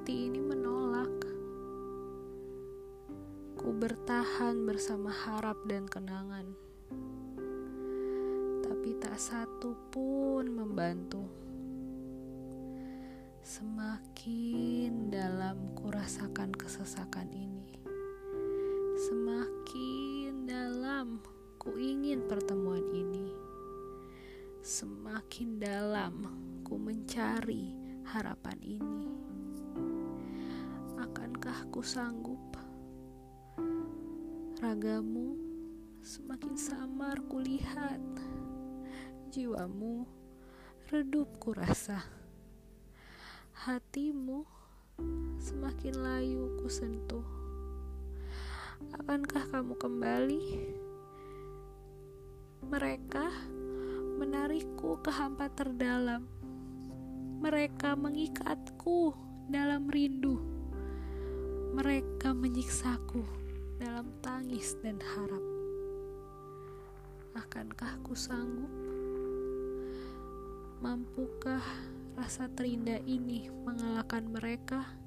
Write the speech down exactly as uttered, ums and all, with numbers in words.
hati ini menolak. Ku bertahan bersama harap dan kenangan, tapi tak satu pun membantu. Semakin dalam ku rasakan kesesakan ini, semakin dalam ku ingin pertemuan ini, semakin dalam ku mencari harapan ini. Akankah ku sanggup? Ragamu semakin samar kulihat, jiwamu redup kurasa, hatimu semakin layu kusentuh. Akankah kamu kembali? Mereka menarikku ke hampa terdalam, mereka mengikatku dalam rindu, mereka menyiksaku dalam tangis dan harap. Akankah ku sanggup? Mampukah rasa terindah ini mengalahkan mereka?